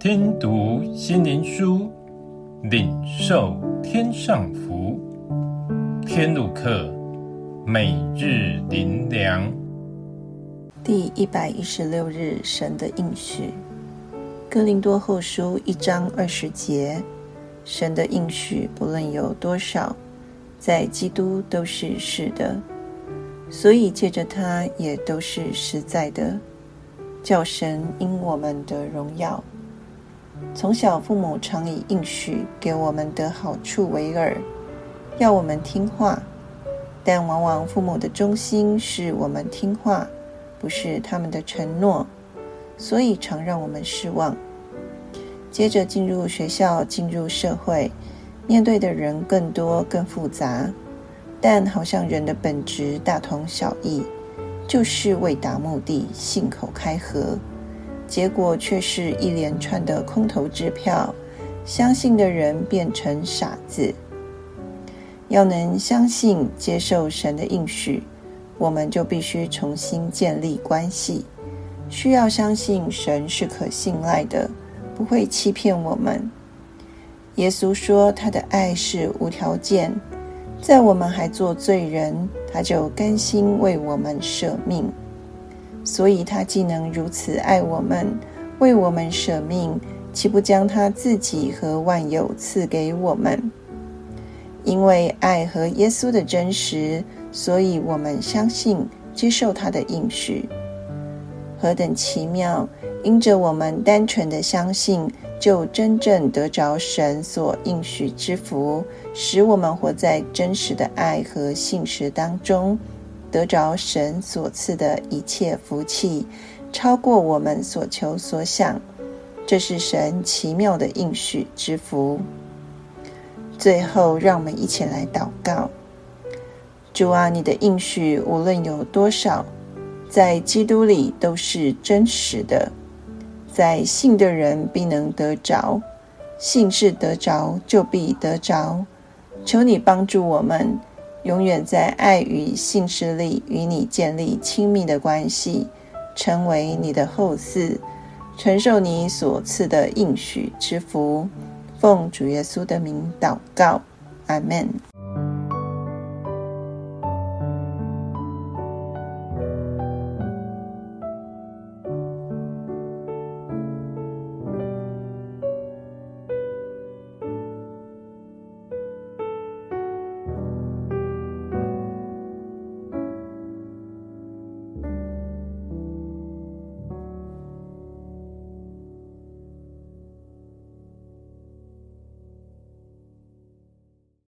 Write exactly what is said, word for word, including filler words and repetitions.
听读心灵书，领受天上福。天路客，每日灵粮。 第一百一十六日，神的应许。哥林多后书一章二十节，神的应许不论有多少，在基督都是是的，所以借着他也都是实在的，叫神因我们得荣耀。从小父母常以应许给我们的好处为饵，要我们听话，但往往父母的忠心是我们听话，不是他们的承诺，所以常让我们失望。接着进入学校，进入社会，面对的人更多更复杂，但好像人的本质大同小异，就是为达目的，信口开河，结果却是一连串的空头支票，相信的人变成傻子。要能相信接受神的应许，我们就必须重新建立关系，需要相信神是可信赖的，不会欺骗我们。耶稣说他的爱是无条件，在我们还做罪人，他就甘心为我们舍命。所以他既能如此爱我们，为我们舍命，岂不将他自己和万有赐给我们？因为爱和耶稣的真实，所以我们相信接受他的应许。何等奇妙，因着我们单纯的相信，就真正得着神所应许之福，使我们活在真实的爱和信实当中，得着神所赐的一切福气，超过我们所求所想。这是神奇妙的应许之福。最后，让我们一起来祷告。主啊，你的应许无论有多少，在基督里都是真实的，在信的人必能得着，信是得着，就必得着。求你帮助我们，永远在爱与信实里与你建立亲密的关系，成为你的后嗣，承受你所赐的应许之福。奉主耶稣的名祷告，阿们。